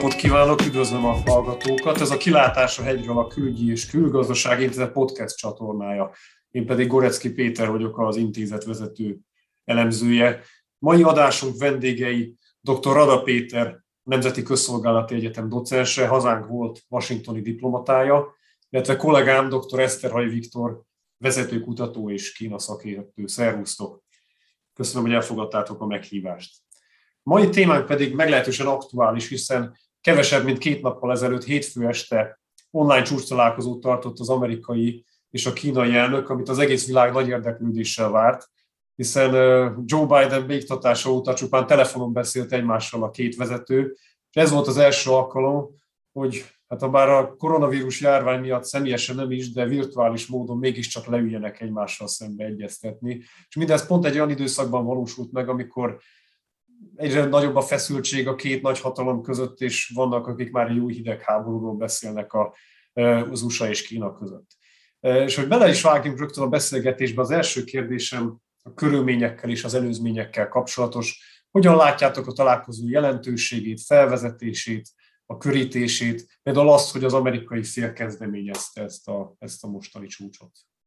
napot kívánok, üdvözlöm a hallgatókat! Ez a Kilátás a hegyről, a Külügyi és Külgazdasági Intézet podcast csatornája. Én pedig Gorecki Péter vagyok, az intézet vezető elemzője. Mai adásunk vendégei dr. Rada Péter, Nemzeti Közszolgálati Egyetem docense, hazánk volt washingtoni diplomatája, illetve kollégám dr. Eszterhalyi Viktor, vezetőkutató és Kína szakértő. Szervusztok! Köszönöm, hogy elfogadtátok a meghívást. Mai témánk pedig meglehetősen aktuális, hiszen kevesebb, mint 2 nappal ezelőtt, hétfő este online csúcstalálkozót tartott az amerikai és a kínai elnök, amit az egész világ nagy érdeklődéssel várt, hiszen Joe Biden beiktatása óta csupán telefonon beszélt egymással a két vezető, és ez volt az első alkalom, hogy hát bár a koronavírus járvány miatt személyesen nem is, de virtuális módon mégiscsak leüljenek egymással szembe egyeztetni. És mindez pont egy olyan időszakban valósult meg, amikor egyre nagyobb a feszültség a két nagy hatalom között, és vannak, akik már jó hidegháborúról beszélnek az USA és Kína között. És hogy bele is vágjunk rögtön a beszélgetésbe, az első kérdésem a körülményekkel és az előzményekkel kapcsolatos. Hogyan látjátok a találkozó jelentőségét, felvezetését, a körítését, például azt, hogy az amerikai fél kezdeményezte ezt a mostani csúcsot?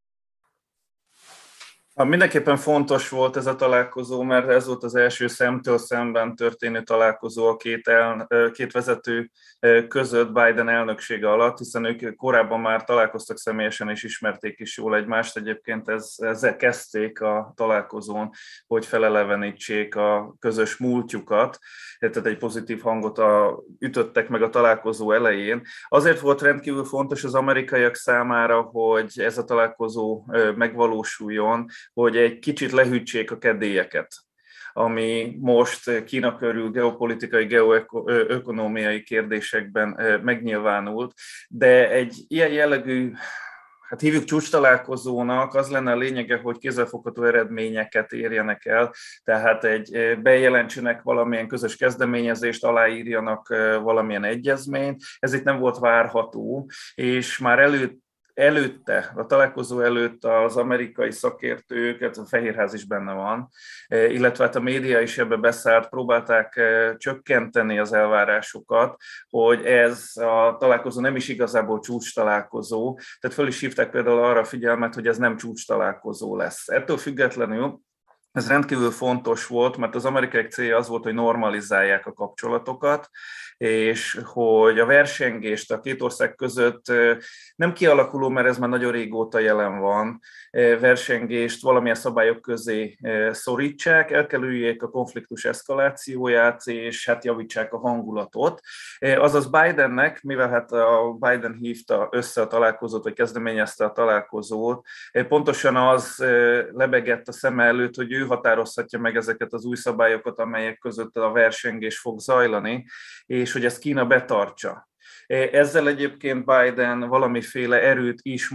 Mindenképpen fontos volt ez a találkozó, mert ez volt az első szemtől szemben történő találkozó a két vezető között Biden elnöksége alatt, hiszen ők korábban már találkoztak személyesen és ismerték is jól egymást. Egyébként ezzel kezdték a találkozón, hogy felelevenítsék a közös múltjukat, tehát egy pozitív hangot ütöttek meg a találkozó elején. Azért volt rendkívül fontos az amerikaiak számára, hogy ez a találkozó megvalósuljon, hogy egy kicsit lehűtsék a kedélyeket, ami most Kína körül geopolitikai, geoökonómiai kérdésekben megnyilvánult, de egy ilyen jellegű, hát hívjuk csúcstalálkozónak, az lenne a lényege, hogy kézzelfogható eredményeket érjenek el, tehát bejelentsenek valamilyen közös kezdeményezést, aláírjanak valamilyen egyezményt. Ez itt nem volt várható, és már előtte, a találkozó előtt az amerikai szakértők, a Fehérház is benne van, illetve hát a média is ebbe beszállt, próbálták csökkenteni az elvárásokat, hogy ez a találkozó nem is igazából csúcstalálkozó, tehát föl is hívták például arra a figyelmet, hogy ez nem csúcstalálkozó lesz. Ettől függetlenül ez rendkívül fontos volt, mert az amerikai célja az volt, hogy normalizálják a kapcsolatokat, és hogy a versengést a két ország között nem kialakuló, mert ez már nagyon régóta jelen van, versengést valamilyen szabályok közé szorítsák, elkerüljék a konfliktus eszkalációját, és hát javítsák a hangulatot. Azaz Bidennek, mivel hát a Biden hívta össze a találkozót, vagy kezdeményezte a találkozót, pontosan az lebegett a szeme előtt, hogy ő határozhatja meg ezeket az új szabályokat, amelyek között a versengés fog zajlani, és hogy ezt Kína betartsa. Ezzel egyébként Biden valamiféle erőt is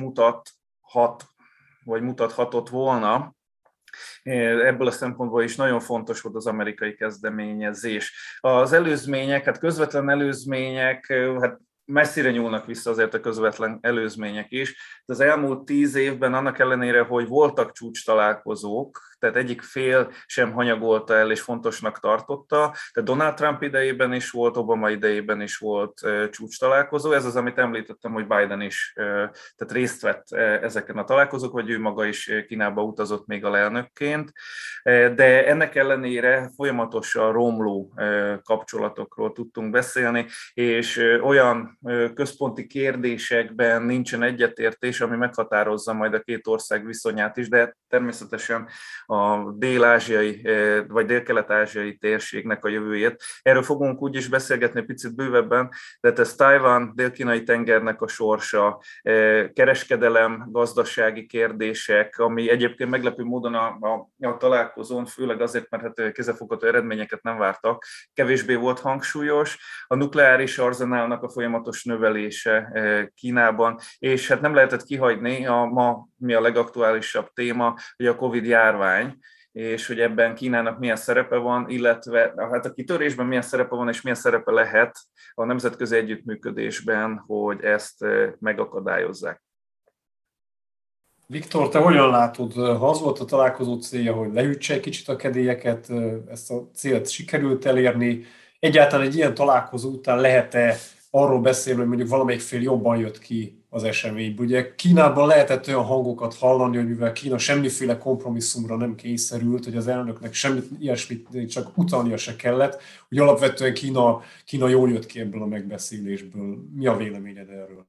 mutathatott volna. Ebből a szempontból is nagyon fontos volt az amerikai kezdeményezés. Az előzmények, hát közvetlen előzmények, hát messzire nyúlnak vissza azért a közvetlen előzmények is. De az elmúlt 10 évben annak ellenére, hogy voltak csúcstalálkozók, tehát egyik fél sem hanyagolta el és fontosnak tartotta, tehát Donald Trump idejében is volt, Obama idejében is volt csúcstalálkozó. Ez az, amit említettem, hogy Biden is tehát részt vett ezeken a találkozók, vagy ő maga is Kínába utazott még alelnökként, de ennek ellenére folyamatosan romló kapcsolatokról tudtunk beszélni, és olyan központi kérdésekben nincsen egyetértés, ami meghatározza majd a két ország viszonyát is, de természetesen a dél-ázsiai vagy dél-kelet-ázsiai térségnek a jövőjét. Erről fogunk úgy is beszélgetni picit bővebben, de ez Tajvan, dél-kínai tengernek a sorsa, kereskedelem, gazdasági kérdések, ami egyébként meglepő módon a találkozón, főleg azért, mert hát kézzelfogható eredményeket nem vártak, kevésbé volt hangsúlyos, a nukleáris arzenálnak a folyamatos növelése Kínában, és hát nem lehetett kihagyni mi a legaktuálisabb téma, hogy a Covid-járvány, és hogy ebben Kínának milyen szerepe van, illetve hát a kitörésben milyen szerepe van, és milyen szerepe lehet a nemzetközi együttműködésben, hogy ezt megakadályozzák. Viktor, te hogyan látod, ha az volt a találkozó célja, hogy lehűtse egy kicsit a kedélyeket, ezt a célt sikerült elérni, egyáltalán egy ilyen találkozó után lehet-e arról beszélni, hogy mondjuk valamelyik fél jobban jött ki az eseményből. Ugye Kínában lehetett olyan hangokat hallani, hogy mivel Kína semmiféle kompromisszumra nem kényszerült, hogy az elnöknek semmit ilyesmit csak utalnia se kellett, hogy alapvetően Kína jól jött ki ebből a megbeszélésből. Mi a véleményed erről?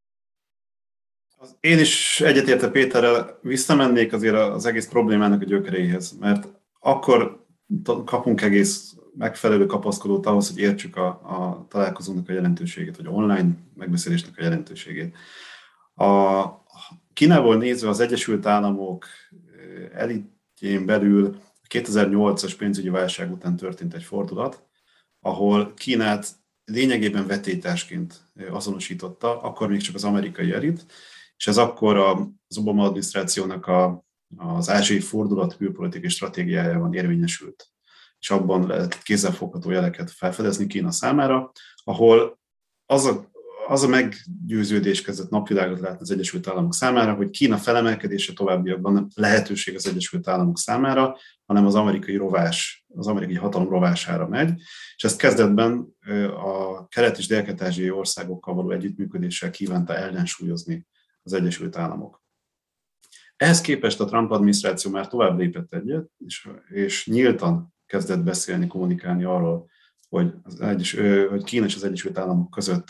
Én is egyetértek Péterrel, visszamennék azért az egész problémának a gyökeréhez, mert akkor kapunk egész megfelelő kapaszkodót ahhoz, hogy értsük a találkozónak a jelentőségét, vagy online megbeszélésnek a jelentőségét. A Kínából nézve az Egyesült Államok elitjén belül a 2008-as pénzügyi válság után történt egy fordulat, ahol Kínát lényegében vetélytársként azonosította, akkor még csak az amerikai elit, és ez akkor az Obama adminisztrációnak az ázsiai fordulat külpolitikai stratégiájában érvényesült, és abban lehet kézzelfogható jeleket felfedezni Kína számára, ahol az a meggyőződés kezdett napvilágot látni az Egyesült Államok számára, hogy Kína felemelkedése továbbiakban nem lehetőség az Egyesült Államok számára, hanem az amerikai hatalom rovására megy, és ezt kezdetben a kelet- és dél-kelet-ázsiai országokkal való együttműködéssel kívánta ellensúlyozni az Egyesült Államok. Ehhez képest a Trump adminisztráció már tovább lépett egyet, és nyíltan kezdett beszélni, kommunikálni arról, hogy Kína és az Egyesült Államok között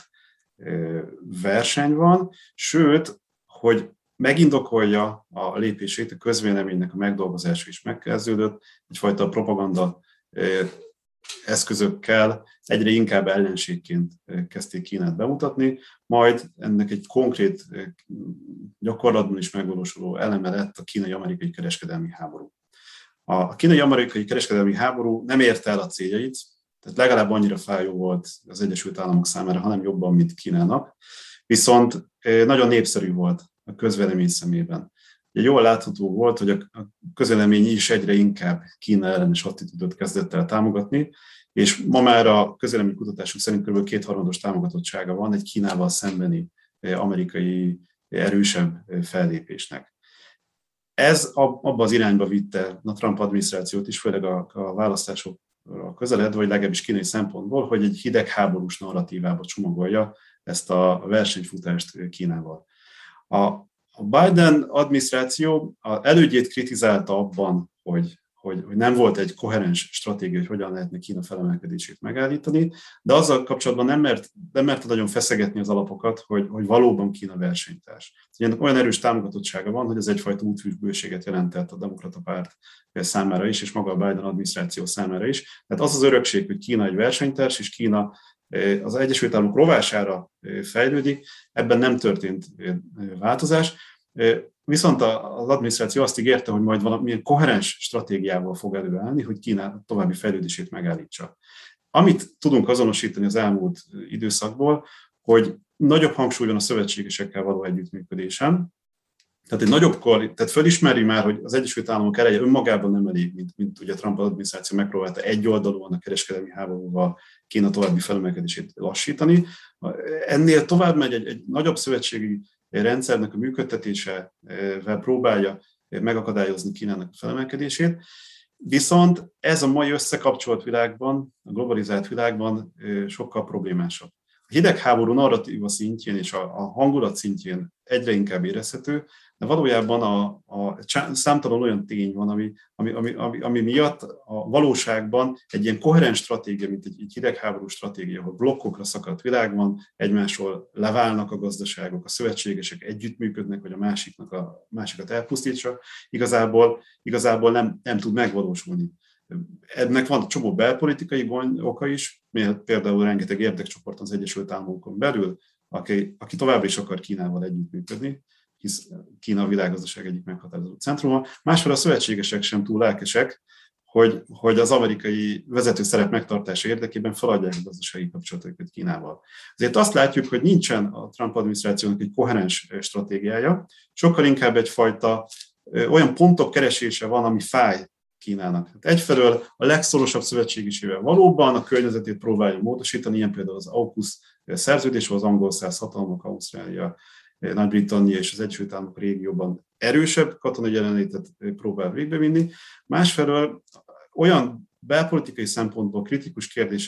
verseny van, sőt, hogy megindokolja a lépését, a közvéleménynek a megdolgozása is megkezdődött, egyfajta propaganda eszközökkel egyre inkább ellenségként kezdték Kínát bemutatni, majd ennek egy konkrét gyakorlatban is megvalósuló eleme lett a kínai-amerikai kereskedelmi háború. A kínai-amerikai kereskedelmi háború nem érte el a céljait, tehát legalább annyira fájó volt az Egyesült Államok számára, hanem jobban, mint Kínának, viszont nagyon népszerű volt a közvélemény szemében. Jól látható volt, hogy a közvélemény is egyre inkább Kína ellenes attitűdöt kezdett el támogatni, és ma már a közvéleménykutatások szerint kb. 2/3 támogatottsága van egy Kínával szembeni amerikai erősebb fellépésnek. Ez abba az irányba vitte a Trump adminisztrációt is, főleg a választásokra közeledve, vagy legalábbis kínai szempontból, hogy egy hidegháborús narratívába csomagolja ezt a versenyfutást Kínával. A Biden adminisztráció elődjét kritizálta abban, hogy nem volt egy koherens stratégia, hogy hogyan lehetne Kína felemelkedését megállítani, de azzal kapcsolatban nem merte nagyon feszegetni az alapokat, hogy valóban Kína versenytárs. Ennek olyan erős támogatottsága van, hogy ez egyfajta útfűbőséget jelentett a Demokrata Párt számára is, és maga a Biden adminisztráció számára is. Tehát az az örökség, hogy Kína egy versenytárs, és Kína az Egyesült Államok rovására fejlődik, ebben nem történt változás. Viszont az adminisztráció azt ígérte, hogy majd valamilyen koherens stratégiával fog előállni, hogy Kína további fejlődését megállítsa. Amit tudunk azonosítani az elmúlt időszakból, hogy nagyobb hangsúly van a szövetségesekkel való együttműködésen. Tehát fölismeri már, hogy az Egyesült Államok ereje önmagában nem elég, mint ugye Trump adminisztráció megpróbálta egyoldalúan a kereskedelmi háborúval Kína további felemelkedését lassítani. Ennél tovább megy egy nagyobb szövetségi rendszernek a működtetésével próbálja megakadályozni Kínának a felemelkedését. Viszont ez a mai összekapcsolt világban, a globalizált világban sokkal problémásabb. A hidegháború narratíva szintjén és a hangulat szintjén egyre inkább érezhető, de valójában a számtalan olyan tény van, ami miatt a valóságban egy ilyen koherens stratégia, mint egy hidegháború stratégia, ahol blokkokra szakadt világ van, egymásról leválnak a gazdaságok, a szövetségesek együttműködnek, hogy a másikat elpusztítsa, igazából nem tud megvalósulni. Ennek van egy csomó belpolitikai oka is, például rengeteg érdekcsoport az Egyesült Államokon belül, aki továbbra is akar Kínával együttműködni, hisz Kína a világgazdaság egyik meghatározó centruma. Másfél a szövetségesek sem túl lelkesek, hogy az amerikai vezető szerep megtartása érdekében feladják a gazdasági kapcsolatokat Kínával. Ezért azt látjuk, hogy nincsen a Trump adminisztrációnak egy koherens stratégiája, sokkal inkább egyfajta olyan pontok keresése van, ami fáj Kínának. Egyfelől a legszorosabb szövetségisével valóban a környezetét próbálja módosítani, ilyen például az AUKUS szerződés, az angol száz hatalmak, Ausztrália, Nagy-Britannia és az Egyesült Államok régióban erősebb katonai jelenlétet próbál végbevinni. Másfelől olyan belpolitikai szempontból kritikus kérdések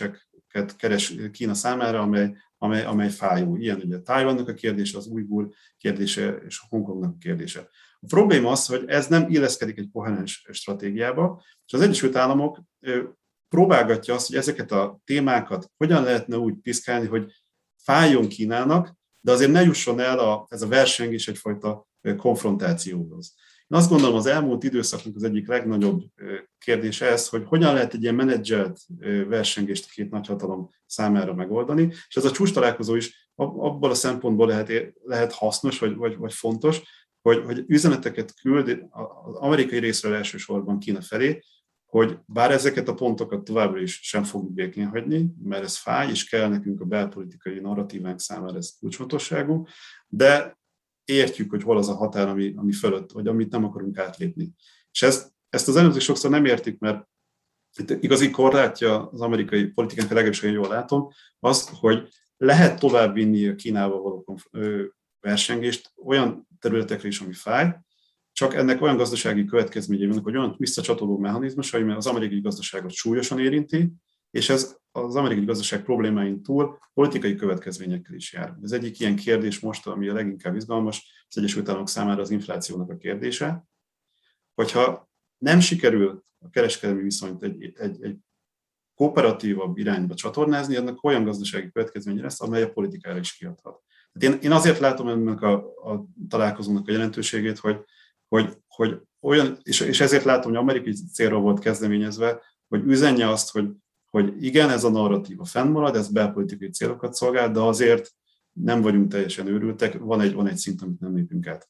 eszközöket keres Kína számára, amely fájó. Ilyen ugye Tajvannak a kérdése, az ujgur kérdése és a Hongkongnak a kérdése. A probléma az, hogy ez nem illeszkedik egy koherens stratégiába, és az Egyesült Államok próbálgatja azt, hogy ezeket a témákat hogyan lehetne úgy piszkálni, hogy fájjon Kínának, de azért ne jusson el ez a versengés egyfajta konfrontációhoz. Én azt gondolom, az elmúlt időszaknak az egyik legnagyobb kérdése ez, hogy hogyan lehet egy ilyen menedzselt versengést a két nagyhatalom számára megoldani, és ez a csúcstalálkozó is abból a szempontból lehet hasznos, vagy fontos, hogy üzeneteket küld az amerikai részről elsősorban Kína felé, hogy bár ezeket a pontokat továbbra is sem fogjuk békén hagyni, mert ez fáj, és kell nekünk a belpolitikai narratívánk számára ez kulcsfontosságú, de értjük, hogy hol az a határ, ami fölött, vagy amit nem akarunk átlépni. És ezt az elemzők sokszor nem értik, mert itt igazi korlátja az amerikai politikánk, legalábbis én jól látom, az, hogy lehet tovább vinni a Kínával való versengést olyan területekre is, ami fáj, csak ennek olyan gazdasági következményei vannak, hogy olyan visszacsatoló mechanizmusai, mert az amerikai gazdaságot súlyosan érinti, és ez az amerikai gazdaság problémáin túl politikai következményekkel is jár. Ez egyik ilyen kérdés most, ami a leginkább izgalmas, az Egyesült Államok számára az inflációnak a kérdése. Hogyha nem sikerül a kereskedelmi viszonyt egy kooperatívabb irányba csatornázni, annak olyan gazdasági következménye lesz, amely a politikára is kihathat. Én azért látom ennek a találkozónak a jelentőségét, hogy olyan, és ezért látom, hogy amerikai célra volt kezdeményezve, hogy üzenje azt, hogy igen, ez a narratíva fennmarad, ez belpolitikai célokat szolgál, de azért nem vagyunk teljesen őrültek, van egy szint, amit nem lépünk át.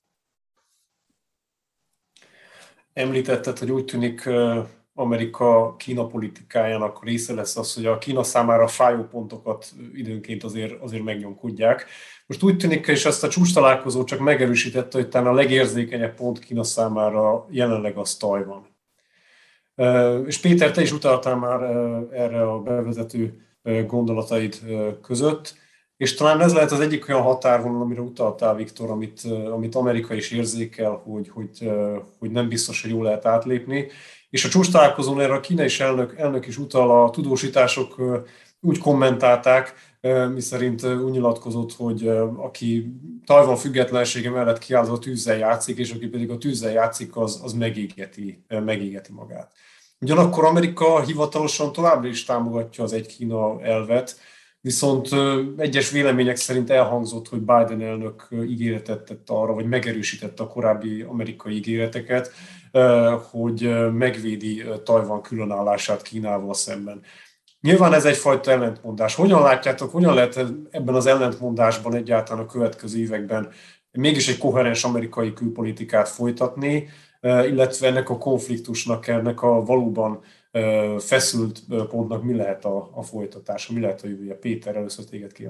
Említetted, hogy úgy tűnik Amerika-Kína politikájának része lesz az, hogy a Kína számára fájó pontokat időnként azért megnyomkodják. Most úgy tűnik, és ezt a csúcstalálkozó csak megerősítette, hogy talán a legérzékenyebb pont Kína számára jelenleg az Tajvan. És Péter, te is utaltál már erre a bevezető gondolataid között, és talán ez lehet az egyik olyan határvonal, amire utaltál, Viktor, amit Amerika is érzékel, hogy nem biztos, hogy jól lehet átlépni. És a csúcstalálkozón erre a kínai elnök is utal, a tudósítások úgy kommentálták, miszerint úgy nyilatkozott, hogy aki Tajvan függetlensége mellett kiáll, a tűzzel játszik, és aki pedig a tűzzel játszik, az megégeti magát. Ugyanakkor Amerika hivatalosan továbbra is támogatja az egy Kína elvet, viszont egyes vélemények szerint elhangzott, hogy Biden elnök ígéretet tett arra, vagy megerősítette a korábbi amerikai ígéreteket, hogy megvédi Tajvan különállását Kínával szemben. Nyilván ez egyfajta ellentmondás. Hogyan látjátok, hogyan lehet ebben az ellentmondásban egyáltalán a következő években mégis egy koherens amerikai külpolitikát folytatni, illetve ennek a konfliktusnak, ennek a valóban feszült pontnak mi lehet a folytatása, mi lehet a jövője? Péter, először téged kérem.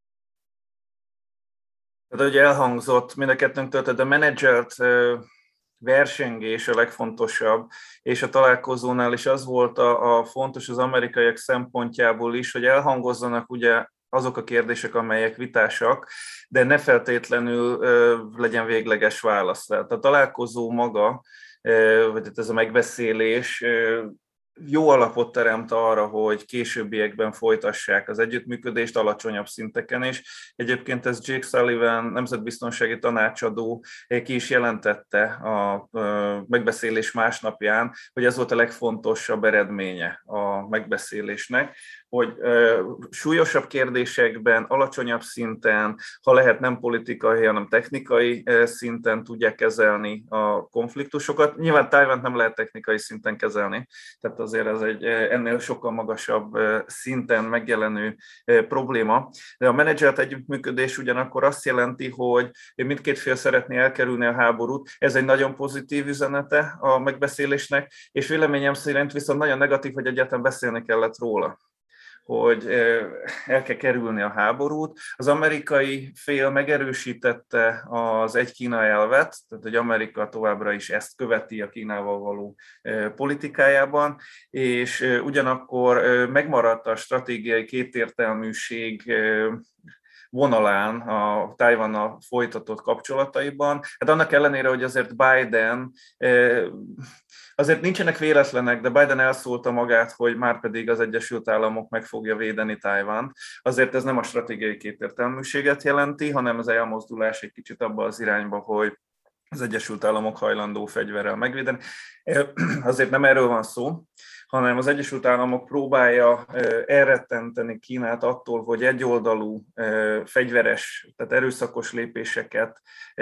Tehát, hogy elhangzott mind a kettőnktől, tehát a menedzselt versengés a legfontosabb, és a találkozónál is az volt a fontos az amerikaiak szempontjából is, hogy elhangozzanak ugye azok a kérdések, amelyek vitásak, de ne feltétlenül legyen végleges válasz. Tehát a találkozó maga, vagy ez a megbeszélés jó alapot teremt arra, hogy későbbiekben folytassák az együttműködést alacsonyabb szinteken is. Egyébként ez Jake Sullivan, nemzetbiztonsági tanácsadó ki is jelentette a megbeszélés másnapján, hogy ez volt a legfontosabb eredménye a megbeszélésnek, hogy súlyosabb kérdésekben, alacsonyabb szinten, ha lehet nem politikai, hanem technikai szinten tudják kezelni a konfliktusokat. Nyilván Tajvant nem lehet technikai szinten kezelni, tehát azért ez egy ennél sokkal magasabb szinten megjelenő probléma. De a menedzselt együttműködés ugyanakkor azt jelenti, hogy mindkét fél szeretné elkerülni a háborút. Ez egy nagyon pozitív üzenete a megbeszélésnek, és véleményem szerint viszont nagyon negatív, hogy egyáltalán beszélni kellett róla, hogy el kell kerülni a háborút. Az amerikai fél megerősítette az egy Kína elvet, tehát hogy Amerika továbbra is ezt követi a Kínával való politikájában, és ugyanakkor megmaradt a stratégiai kétértelműség vonalán a Tajvannal folytatott kapcsolataiban. Hát annak ellenére, hogy azért Biden azért nincsenek véletlenek, de Biden elszólta magát, hogy már pedig az Egyesült Államok meg fogja védeni Tajvant. Azért ez nem a stratégiai kétértelműséget jelenti, hanem az elmozdulás egy kicsit abba az irányba, hogy az Egyesült Államok hajlandó fegyverrel megvédeni. Azért nem erről van szó, hanem az Egyesült Államok próbálja elrettenteni Kínát attól, hogy egyoldalú fegyveres, tehát erőszakos lépéseket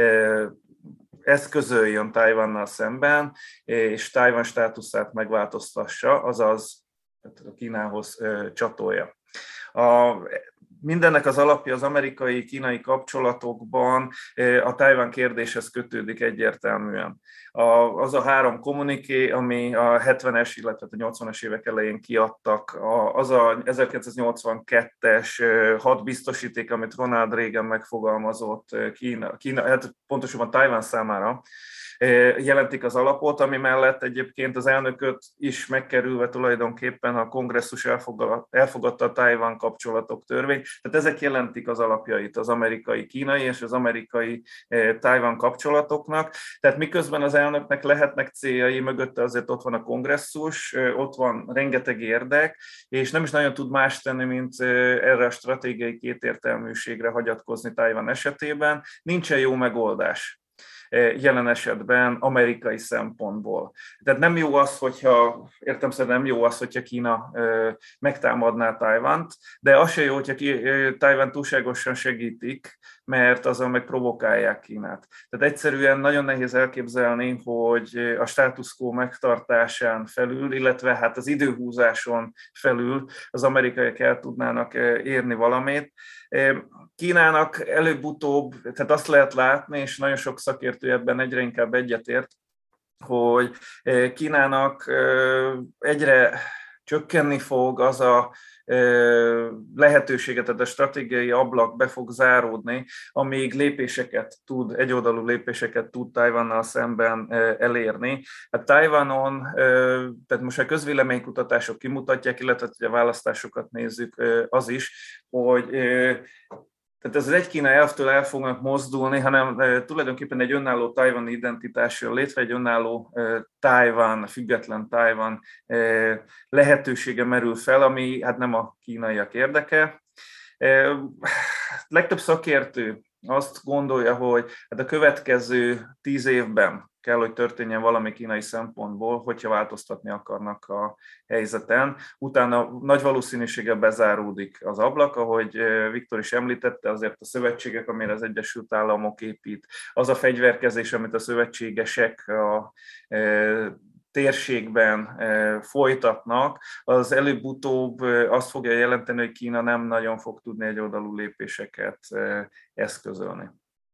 eszközöljön Tajvannal szemben, és Tajvan státuszát megváltoztassa, azaz a Kínához csatolja. Mindennek az alapja az amerikai-kínai kapcsolatokban a Tajvan kérdéshez kötődik egyértelműen. Az a 3 kommuniké, ami a 70-es, illetve a 80-as évek elején kiadtak, az a 1982-es 6 biztosíték, amit Ronald Reagan megfogalmazott Kína, hát pontosabban Tajvan számára, jelentik az alapot, ami mellett egyébként az elnököt is megkerülve tulajdonképpen a kongresszus elfogadta a Tajvan kapcsolatok törvényt. Tehát ezek jelentik az alapjait az amerikai-kínai és az amerikai-Tajvan kapcsolatoknak. Tehát miközben az elnöknek lehetnek céljai, mögötte azért ott van a kongresszus, ott van rengeteg érdek, és nem is nagyon tud más tenni, mint erre a stratégiai kétértelműségre hagyatkozni Tajvan esetében. Nincsen jó megoldás jelen esetben amerikai szempontból. Tehát nem jó az, hogyha, értelemszerűen nem jó az, hogyha Kína megtámadná Tajvant, de az se jó, hogyha Tajvan túlságosan segítik, mert azzal meg provokálják Kínát. Tehát egyszerűen nagyon nehéz elképzelni, hogy a status quo megtartásán felül, illetve hát az időhúzáson felül az amerikaiak el tudnának érni valamit. Kínának előbb-utóbb, tehát azt lehet látni, és nagyon sok szakértő ebben egyre inkább egyetért, hogy Kínának egyre csökkenni fog az a lehetőséget, tehát a stratégiai ablak be fog záródni, amíg egyoldalú lépéseket tud Tajvannal szemben elérni. Hát Tajvanon, tehát most a közvéleménykutatások kimutatják, illetve a választásokat nézzük, az is, hogy tehát ez az egy Kína elvtől el fognak mozdulni, hanem tulajdonképpen egy önálló tajvani identitás jön létre, egy önálló Tajvan, független Tajvan lehetősége merül fel, ami hát nem a kínaiak érdeke. Legtöbb szakértő azt gondolja, hogy hát a következő 10 évben kell, hogy történjen valami kínai szempontból, hogyha változtatni akarnak a helyzeten. Utána nagy valószínűséggel bezáródik az ablak, ahogy Viktor is említette, azért a szövetségek, amire az Egyesült Államok épít, az a fegyverkezés, amit a szövetségesek a térségben folytatnak, az előbb-utóbb azt fogja jelenteni, hogy Kína nem nagyon fog tudni egyoldalú lépéseket eszközölni.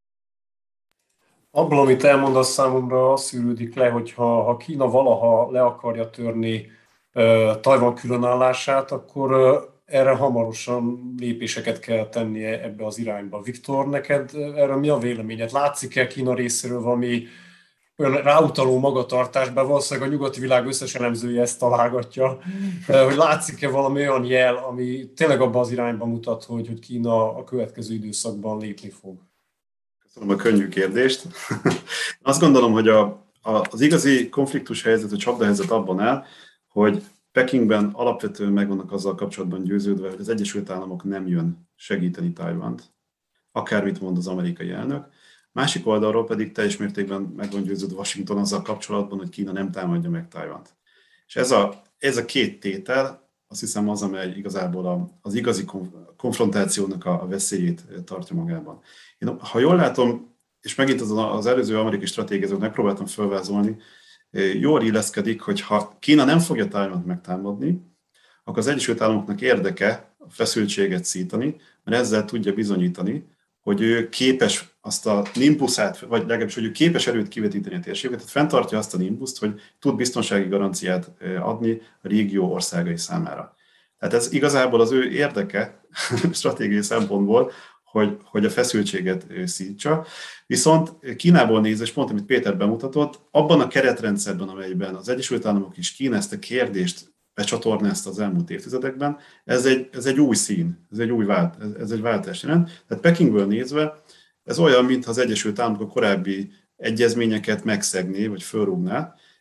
Abból, amit elmondasz, számomra az szűrődik le, hogy ha Kína valaha le akarja törni Tajvan különállását, akkor erre hamarosan lépéseket kell tennie ebbe az irányba. Viktor, neked erről mi a véleményed? Látszik-e Kína részéről valami olyan ráutaló magatartásban, valószínűleg a nyugati világ összes elemzője ezt találgatja, hogy látszik-e valami olyan jel, ami tényleg abban az irányban mutat, hogy Kína a következő időszakban lépni fog? Köszönöm a könnyű kérdést. Azt gondolom, hogy az igazi konfliktus helyzet, a csapdahelyzet abban áll, hogy Pekingben alapvetően megvannak azzal kapcsolatban győződve, hogy az Egyesült Államok nem jön segíteni Tajvant, akármit mond az amerikai elnök. Másik oldalról pedig teljes mértékben meg van győződve Washington azzal kapcsolatban, hogy Kína nem támadja meg Tajvant. És ez a két tétel, azt hiszem az, amely igazából az igazi konfrontációnak a veszélyét tartja magában. Én, ha jól látom, és megint az előző amerikai stratégiát megpróbáltam felvázolni, jól illeszkedik, hogy ha Kína nem fogja Tajvant megtámadni, akkor az Egyesült Államoknak érdeke a feszültséget szítani, mert ezzel tudja bizonyítani, hogy ő képes azt a nimbuszát, vagy legalábbis, hogy ő képes erőt kivetíteni a térséget, tehát fenntartja azt a nimbuszt, hogy tud biztonsági garanciát adni a régió országai számára. Tehát ez igazából az ő érdeke stratégiai szempontból, hogy a feszültséget szítsa. Viszont Kínából nézve, és pont amit Péter bemutatott, abban a keretrendszerben, amelyben az Egyesült Államok és Kína ezt a kérdést becsatornázta az elmúlt évtizedekben, ez egy új szín, ez egy váltás jelent. Tehát Pekingből nézve ez olyan, mintha az Egyesült Államok a korábbi egyezményeket megszegné, vagy fölrúgná,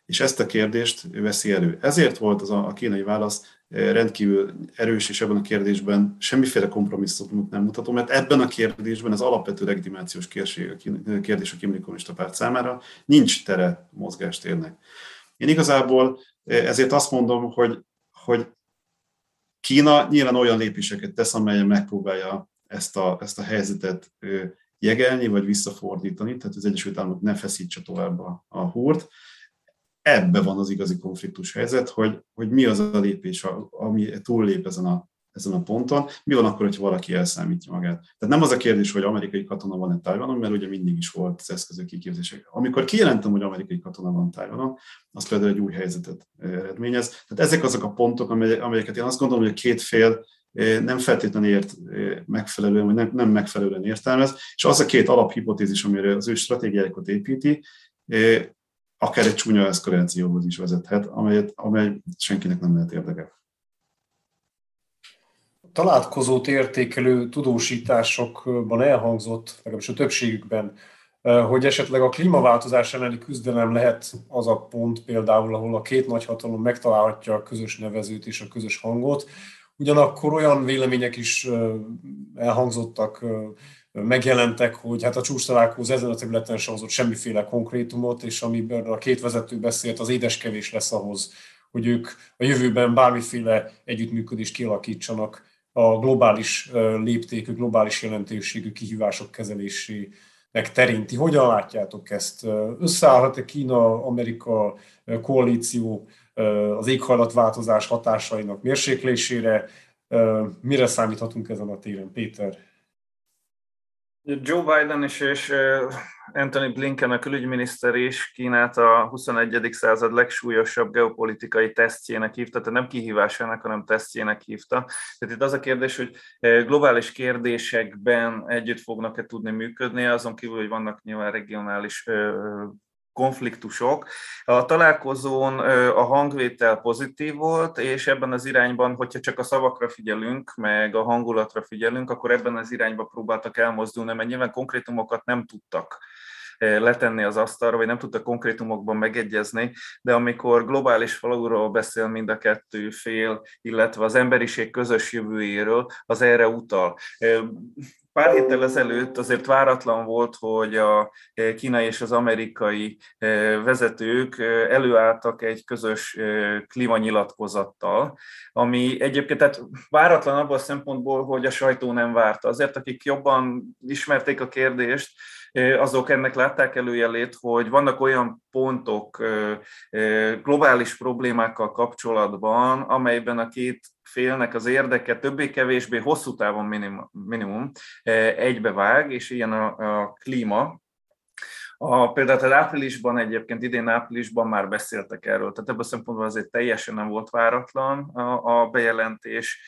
és ezt a kérdést veszi elő. Ezért volt az a kínai válasz rendkívül erős, és ebben a kérdésben semmiféle kompromisszumot nem mutató, mert ebben a kérdésben az alapvető legitimációs kérdés a kínai kommunista párt számára, nincs tere mozgástérnek. Én igazából ezért azt mondom, hogy Kína nyilván olyan lépéseket tesz, amelyen megpróbálja ezt a helyzetet jegelni, vagy visszafordítani, tehát az Egyesült Államok ne feszítse tovább a húrt. Ebbe van az igazi konfliktus helyzet, hogy mi az a lépés, ami túllép ezen a ponton, mi van akkor, hogyha valaki elszámítja magát. Tehát nem az a kérdés, hogy amerikai katona van-e Tajvanon, mert ugye mindig is volt az eszközök kiképzések. Amikor kijelentem, hogy amerikai katona van Tajvanon, az például egy új helyzetet eredményez. Tehát ezek azok a pontok, amelyeket én azt gondolom, hogy a két fél nem feltétlenül ért megfelelően, vagy nem megfelelően értelmez, és az a két alaphipotézis, amire az ő stratégiáikat építi, akár egy csúnya eszkalációhoz is vezethet, amely senkinek nem lehet érdeke. A találkozót értékelő tudósításokban elhangzott, legalábbis a többségükben, hogy esetleg a klímaváltozás elleni küzdelem lehet az a pont például, ahol a két nagyhatalom megtalálhatja a közös nevezőt és a közös hangot. Ugyanakkor olyan vélemények is elhangzottak, megjelentek, hogy hát a csúcstalálkozó ezen a területen sem hozott semmiféle konkrétumot, és amiben a két vezető beszélt, az édeskevés lesz ahhoz, hogy ők a jövőben bármiféle együttműködést kialakítsanak a globális léptékű, globális jelentőségű kihívások kezelésének terén. Ti hogyan látjátok ezt? Összeállhat-e Kína-Amerika koalíció az éghajlatváltozás hatásainak mérséklésére? Mire számíthatunk ezen a téren, Péter? Joe Biden és Antony Blinken, a külügyminiszter is Kínát a 21. század legsúlyosabb geopolitikai tesztjének hívta, tehát nem kihívásának, hanem tesztjének hívta. Tehát itt az a kérdés, hogy globális kérdésekben együtt fognak-e tudni működni, azon kívül, hogy vannak nyilván regionális konfliktusok. A találkozón a hangvétel pozitív volt, és ebben az irányban, hogyha csak a szavakra figyelünk, meg a hangulatra figyelünk, akkor ebben az irányba próbáltak elmozdulni, mert nyilván konkrétumokat nem tudtak letenni az asztalra, vagy nem tudtak konkrétumokban megegyezni, de amikor globális faluról beszél mind a kettő fél, illetve az emberiség közös jövőjéről, az erre utal. Pár héttel ezelőtt azért váratlan volt, hogy a kínai és az amerikai vezetők előálltak egy közös klímanyilatkozattal, ami egyébként tehát váratlan abban a szempontból, hogy a sajtó nem várta. Azért, akik jobban ismerték a kérdést, azok ennek látták előjelét, hogy vannak olyan pontok globális problémákkal kapcsolatban, amelyben a két félnek az érdeke többé-kevésbé hosszú távon minimum egybevág, és ilyen a klíma. Például áprilisban egyébként, idén áprilisban már beszéltek erről, tehát ebből a szempontból azért teljesen nem volt váratlan a bejelentés.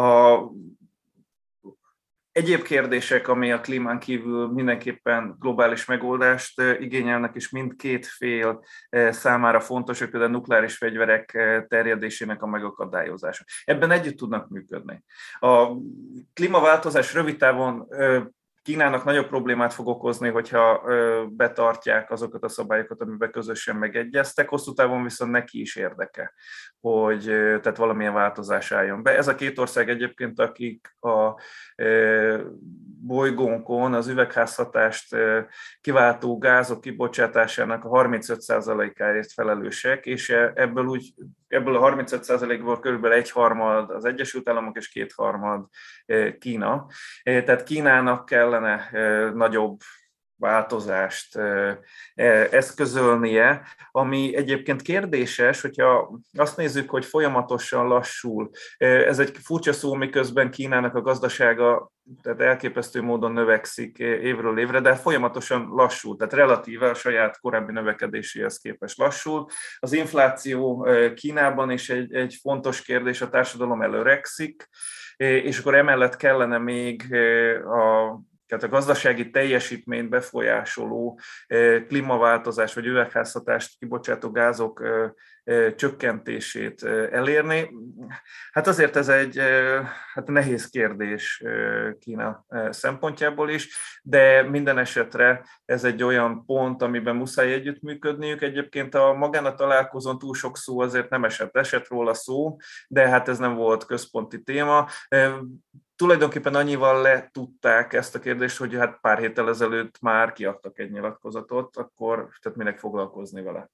Egyéb kérdések, ami a klímán kívül mindenképpen globális megoldást igényelnek, és mindkét fél számára fontos, hogy például a nukleáris fegyverek terjedésének a megakadályozása. Ebben együtt tudnak működni. A klímaváltozás rövid távon Kínának nagyobb problémát fog okozni, hogyha betartják azokat a szabályokat, amiben közösen megegyeztek, hosszú távon viszont neki is érdeke, hogy tehát valamilyen változás álljon be. Ez a két ország egyébként, akik a bolygónkon az üvegházhatást kiváltó gázok kibocsátásának a 35%-áért felelősek, és ebből a 35%-ból körülbelül egyharmad az Egyesült Államok és kétharmad Kína. Tehát Kínának kellene nagyobb változást eszközölnie, ami egyébként kérdéses, hogyha azt nézzük, hogy folyamatosan lassul. Ez egy furcsa szó, miközben Kínának a gazdasága tehát elképesztő módon növekszik évről évre, de folyamatosan lassul, tehát relatíve a saját korábbi növekedéséhez képest lassul. Az infláció Kínában is egy fontos kérdés, a társadalom előregszik, és akkor emellett kellene még a tehát a gazdasági teljesítményt befolyásoló klímaváltozás vagy üvegházhatást kibocsátó gázok csökkentését elérni. Hát azért ez egy nehéz kérdés Kína szempontjából is, de minden esetre ez egy olyan pont, amiben muszáj együttműködniük. Egyébként magán a találkozón túl sok szó azért nem esett róla szó, de hát ez nem volt központi téma. Tulajdonképpen annyival letudták ezt a kérdést, hogy hát pár héttel ezelőtt már kiadtak egy nyilatkozatot, akkor tehát minek foglalkozni vele?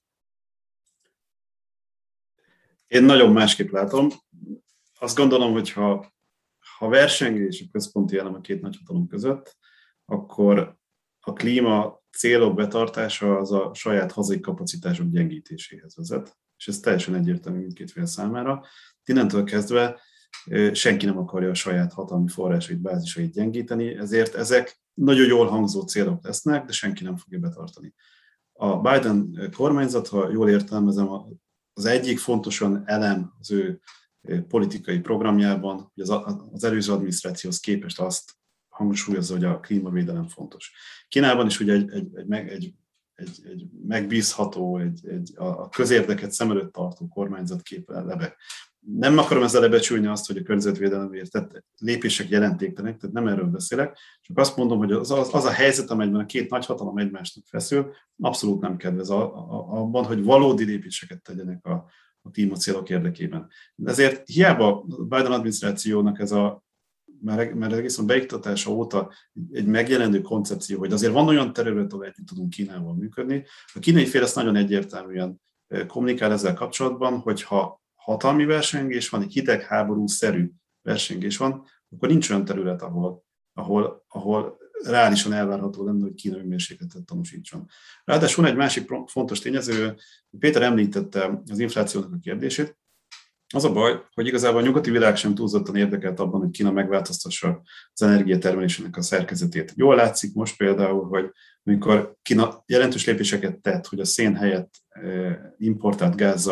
Én nagyon másképp látom. Azt gondolom, hogy ha versengés a központi elem a két nagyhatalom között, akkor a klíma célok betartása az a saját hazai kapacitások gyengítéséhez vezet, és ez teljesen egyértelmű mindkét fél számára. Innentől kezdve senki nem akarja a saját hatalmi forrásait, bázisait gyengíteni, ezért ezek nagyon jól hangzó célok lesznek, de senki nem fogja betartani. A Biden kormányzat, ha jól értelmezem, az egyik fontosan elem az ő politikai programjában, hogy az előző adminisztrációhoz képest azt hangsúlyozza, hogy a klímavédelem fontos. Kínában is ugye egy megbízható, a közérdeket szem előtt tartó kormányzat kép lebeg. Nem akarom ezzel lebecsülni azt, hogy a környezetvédelemért tett lépések jelentéktelenek, tehát nem erről beszélek, csak azt mondom, hogy az a helyzet, amelyben a két nagyhatalom egymásnak feszül, abszolút nem kedvez abban, hogy valódi lépéseket tegyenek a klímacélok érdekében. Ezért hiába a Biden adminisztrációnak ez már egészen beiktatása óta egy megjelenő koncepció, hogy azért van olyan terület, ahol együtt tudunk Kínával működni. A kínai fél ezt nagyon egyértelműen kommunikál ezzel kapcsolatban, hogyha hatalmi versengés van, egy hidegháború-szerű versengés van, akkor nincs olyan terület, ahol reálisan elvárható lenne, hogy Kína önmérsékletet tanúsítson. Ráadásul van egy másik fontos tényező, Péter említette az inflációnak a kérdését. Az a baj, hogy igazából a nyugati világ sem túlzottan érdekelt abban, hogy Kína megváltoztassa az energiatermelésének a szerkezetét. Jól látszik most például, hogy amikor Kína jelentős lépéseket tett, hogy a szén helyett importált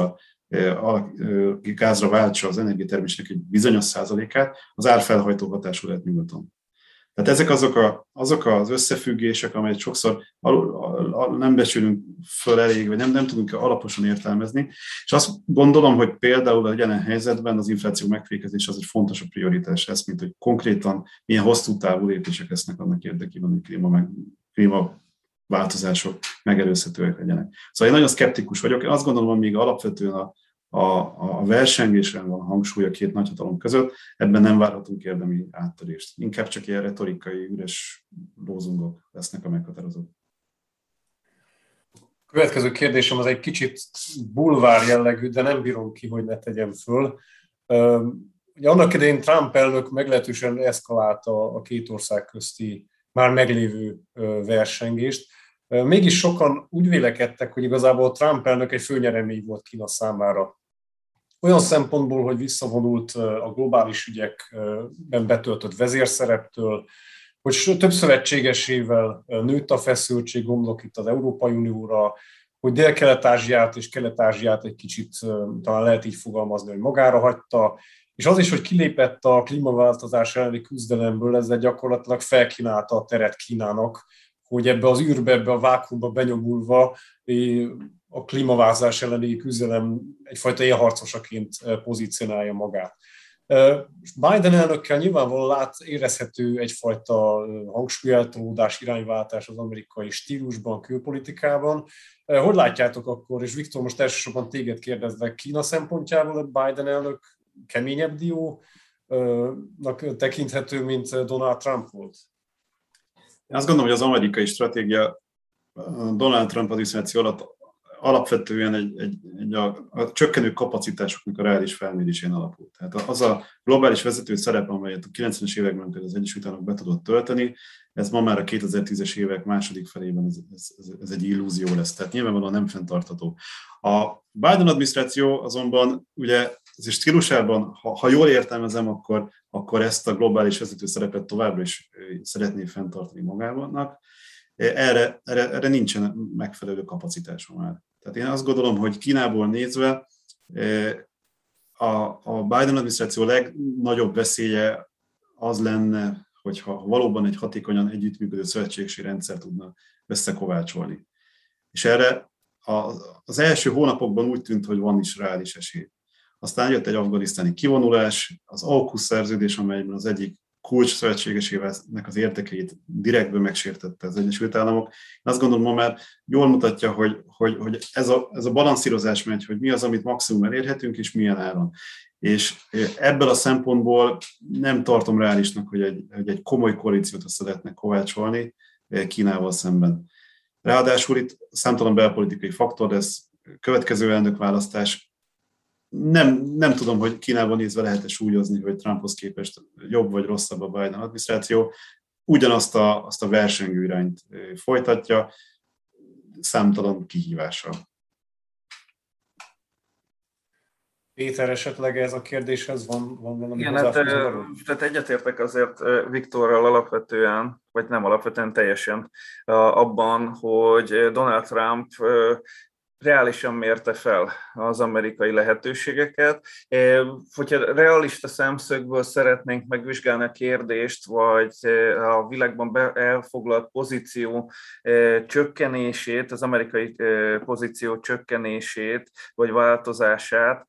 gázra váltsa az energiatermelésnek egy bizonyos százalékát, az árfelhajtó hatású lehet nyugaton. Tehát ezek azok az összefüggések, amelyet sokszor nem becsülünk föl elég, vagy nem tudunk alaposan értelmezni. És azt gondolom, hogy például a jelen helyzetben az infláció megfékezés az egy fontosabb prioritás lesz, mint hogy konkrétan milyen hosszú távú lépések lesznek annak érdekében, hogy klímaváltozások megelőzhetőek legyenek. Szóval én nagyon szkeptikus vagyok. Én azt gondolom, hogy még alapvetően a versengésren van a hangsúly a két nagyhatalom között, ebben nem várhatunk érdemi áttörést. Inkább csak ilyen retorikai, üres lózungok lesznek a meghatározók. Következő kérdésem az egy kicsit bulvár jellegű, de nem bírom ki, hogy ne tegyem föl. Ugye annak idején Trump elnök meglehetősen eszkalálta a két ország közti már meglévő versengést. Mégis sokan úgy vélekedtek, hogy igazából Trump elnök egy főnyeremény volt Kína számára. Olyan szempontból, hogy visszavonult a globális ügyekben betöltött vezérszereptől, hogy több szövetségesével nőtt a feszültség, gondolok itt az Európai Unióra, hogy Dél-Kelet-Ázsiát és Kelet-Ázsiát egy kicsit talán lehet így fogalmazni, hogy magára hagyta, és az is, hogy kilépett a klímaváltozás elleni küzdelemből, ezzel gyakorlatilag felkínálta a teret Kínának, hogy ebbe az űrbe, ebbe a vákuumba benyomulva a klímaváltozás elleni küzdelem egyfajta élharcosaként pozícionálja magát. Biden elnökkel nyilvánvalóan érezhető egyfajta hangsúlyeltolódás, irányváltás az amerikai stílusban, külpolitikában. Hogy látjátok akkor, és Viktor, most elsősorban téged kérdezlek, Kína szempontjából a Biden elnök keményebb diónak tekinthető, mint Donald Trump volt? Én azt gondolom, hogy az amerikai stratégia Donald Trump adminisztráció alatt alapvetően a csökkenő kapacitásoknak a reális felmérésén alapult. Tehát az a globális vezető szerep, amelyet a 90-es években az Egyesült Államok be tudott tölteni, ez ma már a 2010-es évek második felében ez egy illúzió lesz. Tehát nyilvánvalóan nem fenntartható. A Biden adminisztráció azonban ugye ez stílusában, ha jól értelmezem, akkor ezt a globális vezető szerepet továbbra is szeretné fenntartani magának. Erre nincsen megfelelő kapacitása már. Tehát én azt gondolom, hogy Kínából nézve a Biden adminisztráció legnagyobb veszélye az lenne, hogyha valóban egy hatékonyan együttműködő szövetségesi rendszer tudna összekovácsolni. És erre az első hónapokban úgy tűnt, hogy van is reális esély. Aztán jött egy afganisztáni kivonulás, az AUKUS szerződés, amelyben az egyik kulcs szövetségesének az érdekeit direktben megsértette az Egyesült Államok. Én azt gondolom, ma már jól mutatja, hogy ez a balanszírozás megy, hogy mi az, amit maximum elérhetünk, és milyen áron. És ebből a szempontból nem tartom reálisnak, hogy egy komoly koalíciót össze lehetne kovácsolni Kínával szemben. Ráadásul itt számtalan belpolitikai faktor lesz, következő elnökválasztás. Nem tudom, hogy Kínában nézve lehet-e súlyozni, hogy Trumphoz képest jobb vagy rosszabb a Biden adminisztráció. Ugyanazt a versengő irányt folytatja, számtalan kihívással. Péter, esetleg ez a kérdéshez van valami hozzáfűzni? Tehát egyetértek azért Viktorral alapvetően, vagy nem alapvetően teljesen abban, hogy Donald Trump reálisan mérte fel az amerikai lehetőségeket. Hogyha realista szemszögből szeretnénk megvizsgálni a kérdést, vagy a világban elfoglalt pozíció csökkenését, az amerikai pozíció csökkenését, vagy változását,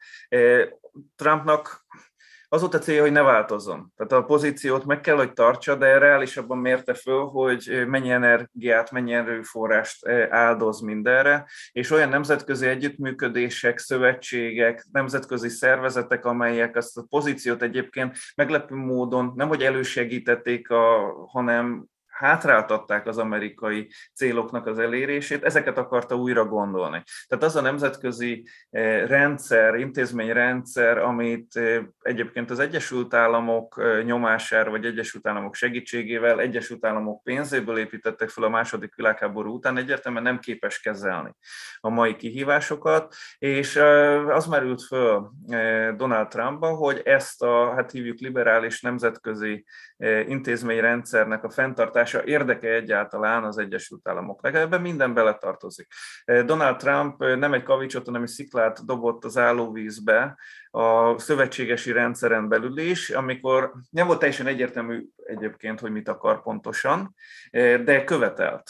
Trumpnak az volt a célja, hogy ne változzon. Tehát a pozíciót meg kell, hogy tartsa, de reálisabban mérte föl, hogy mennyi energiát, mennyi erőforrást áldoz mindenre, és olyan nemzetközi együttműködések, szövetségek, nemzetközi szervezetek, amelyek azt a pozíciót egyébként meglepő módon nemhogy elősegítették, hanem hátráltatták az amerikai céloknak az elérését, ezeket akarta újra gondolni. Tehát az a nemzetközi rendszer, intézményrendszer, amit egyébként az Egyesült Államok nyomására, vagy Egyesült Államok segítségével, Egyesült Államok pénzéből építettek fel a második világháború után, egyértelműen nem képes kezelni a mai kihívásokat, és az merült föl Donald Trumpba, hogy ezt a, hát hívjuk liberális nemzetközi intézményrendszernek a fenntartása érdeke egyáltalán az Egyesült Államoknak. Ebben minden beletartozik. Donald Trump nem egy kavicsot, hanem egy sziklát dobott az állóvízbe a szövetségesi rendszeren belül is, amikor nem volt teljesen egyértelmű egyébként, hogy mit akar pontosan, de követelt.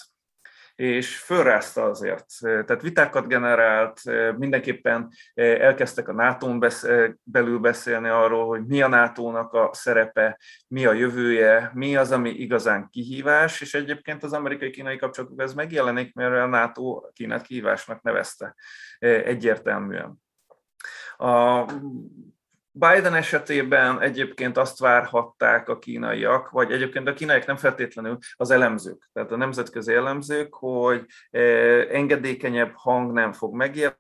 És fölrázta azért. Tehát vitákat generált, mindenképpen elkezdtek a NATO-n belül beszélni arról, hogy mi a NATO-nak a szerepe, mi a jövője, mi az, ami igazán kihívás, és egyébként az amerikai-kínai kapcsolatokban ez megjelenik, mert a NATO Kínát kihívásnak nevezte egyértelműen. A Biden esetében egyébként azt várhatták a kínaiak, vagy egyébként a kínaiak nem feltétlenül az elemzők, tehát a nemzetközi elemzők, hogy engedékenyebb hang nem fog megjelenni,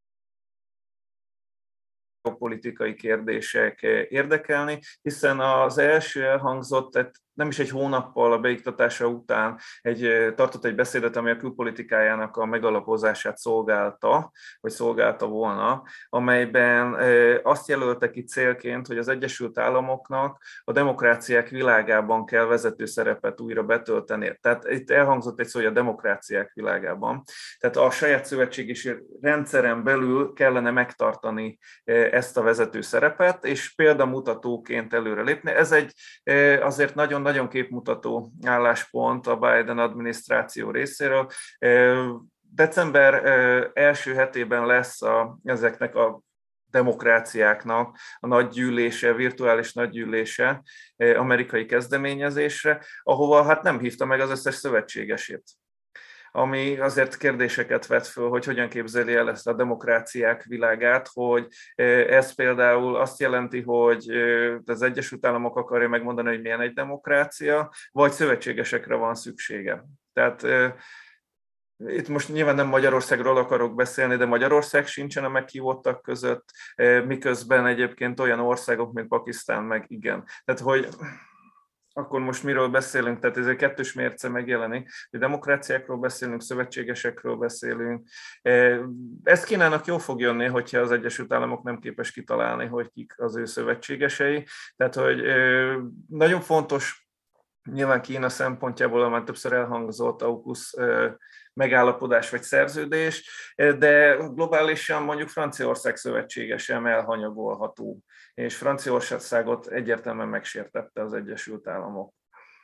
politikai kérdések érdekelni, hiszen az első elhangzott, tehát nem is egy hónappal a beiktatása után tartott egy beszédet, ami a külpolitikájának a megalapozását szolgálta, vagy szolgálta volna, amelyben azt jelölte ki célként, hogy az Egyesült Államoknak a demokráciák világában kell vezető szerepet újra betölteni. Tehát itt elhangzott egy szó, hogy a demokráciák világában. Tehát a saját szövetségi rendszeren belül kellene megtartani ezt a vezető szerepet, és példamutatóként előrelépni. Ez egy azért nagyon képmutató álláspont a Biden adminisztráció részéről. December első hetében lesz ezeknek a demokráciáknak a nagygyűlése, virtuális nagygyűlése amerikai kezdeményezésre, ahova hát nem hívta meg az összes szövetségesét. Ami azért kérdéseket vet föl, hogy hogyan képzeli el ezt a demokráciák világát, hogy ez például azt jelenti, hogy az Egyesült Államok akarja megmondani, hogy milyen egy demokrácia, vagy szövetségesekre van szüksége. Tehát itt most nyilván nem Magyarországról akarok beszélni, de Magyarország sincsen a meghívottak között, miközben egyébként olyan országok, mint Pakisztán meg igen. Tehát, hogy akkor most miről beszélünk? Tehát ez egy kettős mérce megjelenik, hogy demokráciákról beszélünk, szövetségesekről beszélünk. Ez Kínának jól fog jönni, hogyha az Egyesült Államok nem képes kitalálni, hogy kik az ő szövetségesei. Tehát, hogy nagyon fontos, nyilván Kína szempontjából, már többször elhangzott AUKUS megállapodás vagy szerződés, de globálisan mondjuk Franciaország szövetsége sem elhanyagolható, és Franciaországot egyértelműen megsértette az Egyesült Államok.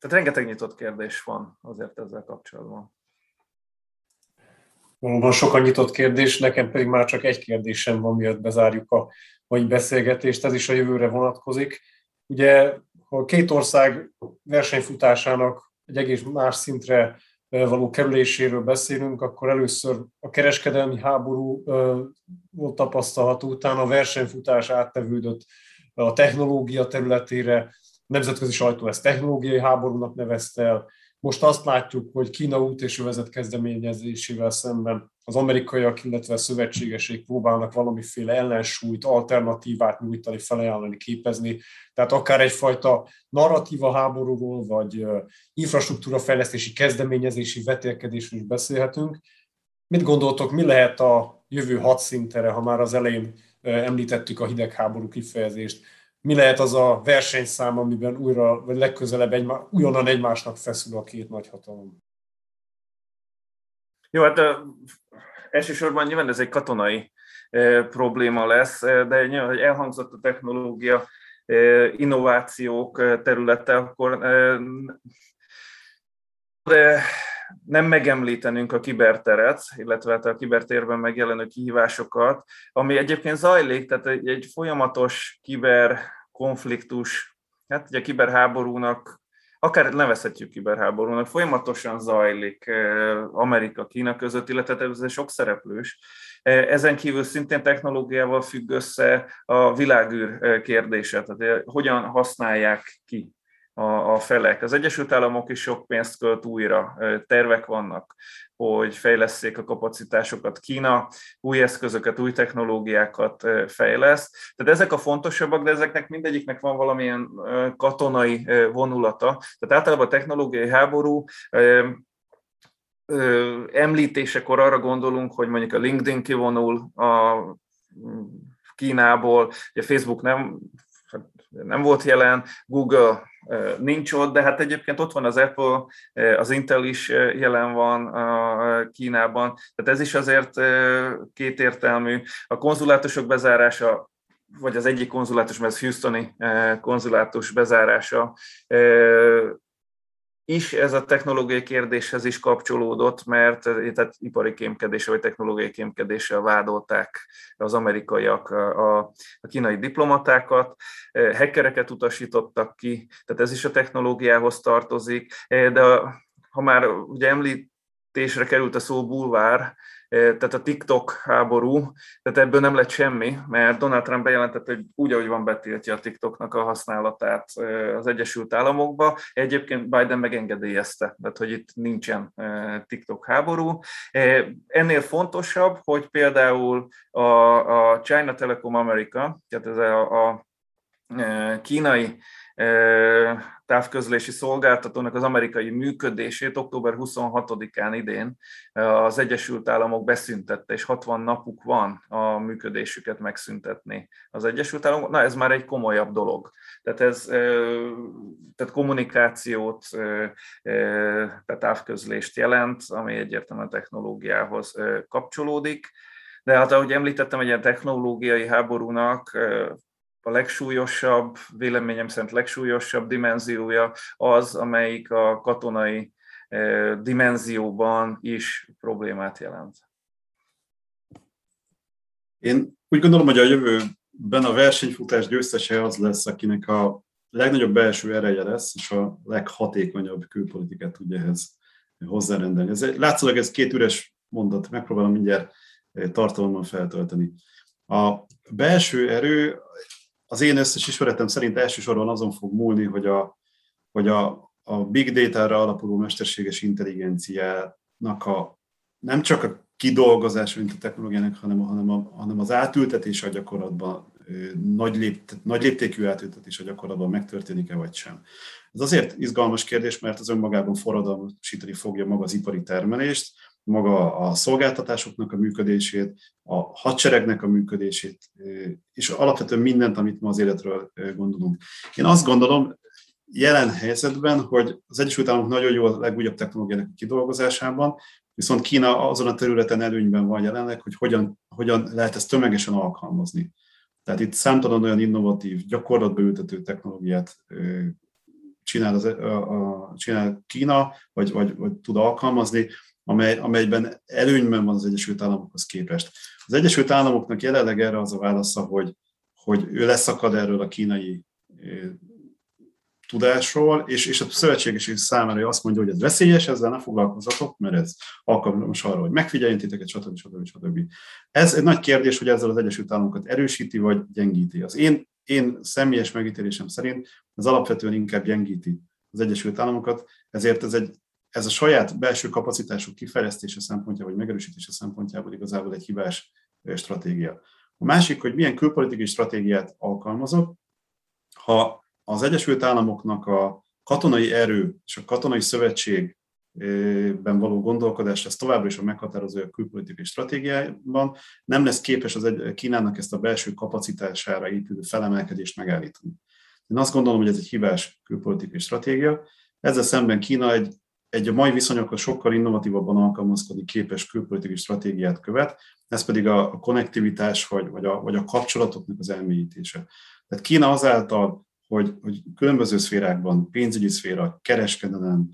Tehát rengeteg nyitott kérdés van azért ezzel kapcsolatban. Valóban sokan nyitott kérdés, nekem pedig már csak egy kérdésem van, miatt bezárjuk a mai beszélgetést, ez is a jövőre vonatkozik. Ugye, ha két ország versenyfutásának egy egész más szintre való kerüléséről beszélünk, akkor először a kereskedelmi háború volt tapasztalható, utána a versenyfutás áttevődött a technológia területére, a nemzetközi sajtó ezt technológiai háborúnak nevezte el. Most azt látjuk, hogy Kína út és övezet kezdeményezésével szemben az amerikaiak, illetve a szövetségesek próbálnak valamiféle ellensúlyt, alternatívát nyújtani, felajánlani, képezni. Tehát akár egyfajta narratíva háborúról, vagy infrastruktúrafejlesztési kezdeményezési vetélkedésről is beszélhetünk. Mit gondoltok, mi lehet a jövő hadszintere, ha már az elején említettük a hidegháború kifejezést? Mi lehet az a versenyszám, amiben újra, vagy legközelebb újonnan egymásnak feszül a két nagyhatalom? Jó, hát elsősorban nyilván ez egy katonai probléma lesz, de nyilván, hogy elhangzott a technológia, innovációk területe, akkor nem megemlítenünk a kiberteret, illetve a kibertérben megjelenő kihívásokat, ami egyébként zajlik, tehát egy folyamatos kiberkonfliktus, hát ugye a kiberháborúnak, akár nevezhetjük kiberháborúnak, folyamatosan zajlik Amerika-Kína között, illetve ez sok szereplős. Ezen kívül szintén technológiával függ össze a világűr kérdése, tehát hogyan használják ki a felek. Az Egyesült Államok is sok pénzt költ újra, tervek vannak, hogy fejlesszék a kapacitásokat. Kína új eszközöket, új technológiákat fejleszt. Tehát ezek a fontosabbak, de ezeknek mindegyiknek van valamilyen katonai vonulata. Tehát általában a technológiai háború említésekor arra gondolunk, hogy mondjuk a LinkedIn kivonul a Kínából, a Facebook nem volt jelen, Google nincs ott, de hát egyébként ott van az Apple, az Intel is jelen van a Kínában, tehát ez is azért kétértelmű. A konzulátusok bezárása, vagy az egyik konzulátus, mert ez Houstoni konzulátus bezárása, is ez a technológiai kérdéshez is kapcsolódott, mert tehát ipari kémkedéssel vagy technológiai kémkedéssel vádolták az amerikaiak a kínai diplomatákat, hackereket utasítottak ki, tehát ez is a technológiához tartozik, de ha már ugye említésre került a szó bulvár, tehát a TikTok háború, tehát ebből nem lett semmi, mert Donald Trump bejelentette, hogy úgy, ahogy van, betiltja a TikToknak a használatát az Egyesült Államokba. Egyébként Biden megengedélyezte, tehát hogy itt nincsen TikTok háború. Ennél fontosabb, hogy például a China Telecom America, tehát ez a kínai távközlési szolgáltatónak az amerikai működését október 26-án idén az Egyesült Államok beszüntette, és 60 napuk van a működésüket megszüntetni az Egyesült Államok. Na, ez már egy komolyabb dolog. Tehát tehát kommunikációt, tehát távközlést jelent, ami egyértelműen technológiához kapcsolódik. De hát ahogy említettem, egy ilyen technológiai háborúnak a legsúlyosabb, véleményem szerint legsúlyosabb dimenziója az, amelyik a katonai dimenzióban is problémát jelent. Én úgy gondolom, hogy a jövőben a versenyfutás győztese az lesz, akinek a legnagyobb belső ereje lesz, és a leghatékonyabb külpolitikát tudja ehhez hozzárendelni. Látszólag ez két üres mondat, megpróbálom mindjárt tartalommal feltölteni. A belső erő az én összes ismeretem szerint elsősorban azon fog múlni, hogy a big data-ra alapuló mesterséges intelligenciának nem csak a kidolgozása, mint a technológiának, hanem az átültetése a gyakorlatban, nagy léptékű átültetés a gyakorlatban megtörténik-e vagy sem. Ez azért izgalmas kérdés, mert az önmagában forradalmasítani fogja maga az ipari termelést, maga a szolgáltatásoknak a működését, a hadseregnek a működését, és alapvetően mindent, amit ma az életről gondolunk. Én azt gondolom jelen helyzetben, hogy az Egyesült Államok nagyon jó a legújabb technológiának a kidolgozásában, viszont Kína azon a területen előnyben van jelenleg, hogy hogyan lehet ezt tömegesen alkalmazni. Tehát itt számtalan olyan innovatív, gyakorlatba ültető technológiát csinál Kína, vagy tud alkalmazni, amelyben előnyben van az Egyesült Államokhoz képest. Az Egyesült Államoknak jelenleg erre az a válasza, hogy ő leszakad erről a kínai tudásról, és a szövetségeség számára ő azt mondja, hogy ez veszélyes, ezzel ne foglalkozzatok, mert ez alkalmas arra, hogy megfigyeljen titeket, stb. Ez egy nagy kérdés, hogy ezzel az Egyesült Államokat erősíti, vagy gyengíti. Az én személyes megítélésem szerint ez alapvetően inkább gyengíti az Egyesült Államokat, ezért ez a saját belső kapacitások kifejlesztése szempontjából, vagy megerősítése szempontjából igazából egy hibás stratégia. A másik, hogy milyen külpolitikai stratégiát alkalmazok, ha az Egyesült Államoknak a katonai erő és a katonai szövetségben való gondolkodás ez továbbra is a meghatározója a külpolitikai stratégiában, nem lesz képes Kínának ezt a belső kapacitására épülő felemelkedést megállítani. Én azt gondolom, hogy ez egy hibás külpolitikai stratégia. Ezzel szemben Kína egy a mai viszonyokhoz sokkal innovatívabban alkalmazkodni képes külpolitikai stratégiát követ, ez pedig a konnektivitás vagy a kapcsolatoknak az elmélyítése. Tehát Kína azáltal, hogy különböző szférákban, pénzügyi szféra, kereskedelem,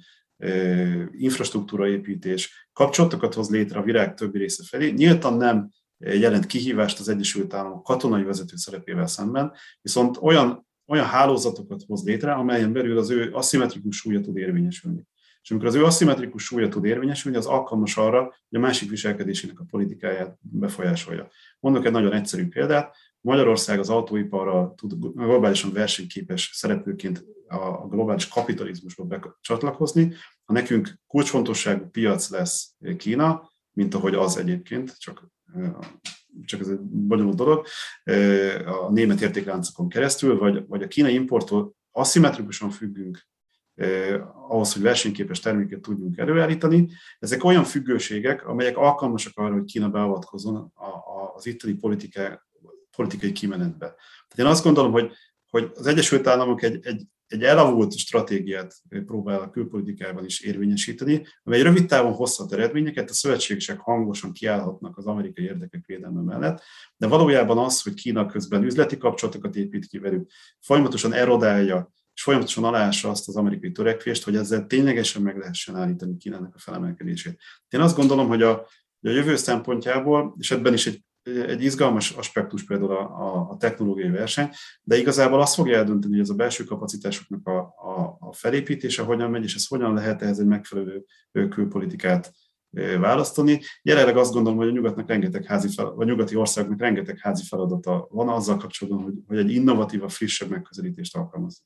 infrastruktúraépítés, kapcsolatokat hoz létre a világ többi része felé, nyíltan nem jelent kihívást az Egyesült Államok katonai vezető szerepével szemben, viszont olyan hálózatokat hoz létre, amelyen belül az ő aszimmetrikus súlya tud érvényesülni. És amikor az ő aszimmetrikus súlya tud érvényesülni, az alkalmas arra, hogy a másik viselkedésének a politikáját befolyásolja. Mondok egy nagyon egyszerű példát. Magyarország az autóiparral tud globálisan versenyképes szereplőként a globális kapitalizmusba becsatlakozni. Ha nekünk kulcsfontosságú piac lesz Kína, mint ahogy az egyébként, csak ez egy bonyolult dolog, a német értékláncokon keresztül, vagy a kínai importtól aszimmetrikusan függünk ahhoz, hogy versenyképes terméket tudjunk előállítani. Ezek olyan függőségek, amelyek alkalmasak arra, hogy Kína beavatkozzon az itteni politikai kimenetbe. Tehát én azt gondolom, hogy az Egyesült Államok egy elavult stratégiát próbál a külpolitikában is érvényesíteni, amely rövid távon hozhat eredményeket, a szövetségesek hangosan kiállhatnak az amerikai érdekek védelme mellett, de valójában az, hogy Kína közben üzleti kapcsolatokat épít ki velük, folyamatosan erodálja, és folyamatosan aláássa azt az amerikai törekvést, hogy ezzel ténylegesen meg lehessen állítani Kínának a felemelkedését. Én azt gondolom, hogy a jövő szempontjából, és ebben is egy izgalmas aspektus például a technológiai verseny, de igazából azt fogja eldönteni, hogy ez a belső kapacitásoknak a felépítése hogyan megy, és ez hogyan lehet ehhez egy megfelelő külpolitikát választani. Jelenleg azt gondolom, hogy a nyugatnak vagy nyugati országoknak rengeteg házi feladata van azzal kapcsolatban, hogy egy innovatívabb, frissebb megközelítést alkalmaz.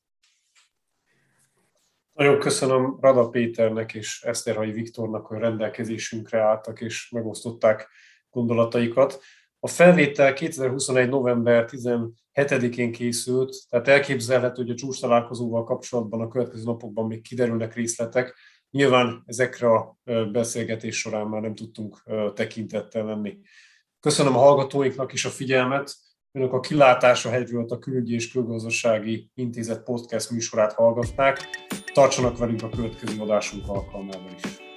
Nagyon köszönöm Rada Péternek és Eszterhalyi Viktornak, hogy rendelkezésünkre álltak és megosztották gondolataikat. A felvétel 2021. november 17-én készült, tehát elképzelhető, hogy a csúcstalálkozóval kapcsolatban a következő napokban még kiderülnek részletek. Nyilván ezekre a beszélgetés során már nem tudtunk tekintettel lenni. Köszönöm a hallgatóinknak is a figyelmet. Önök a Kilátás a hegyről a Külügyi és Külgazdasági Intézet podcast műsorát hallgatták. Tartsanak velünk a következő adásunk alkalmával is.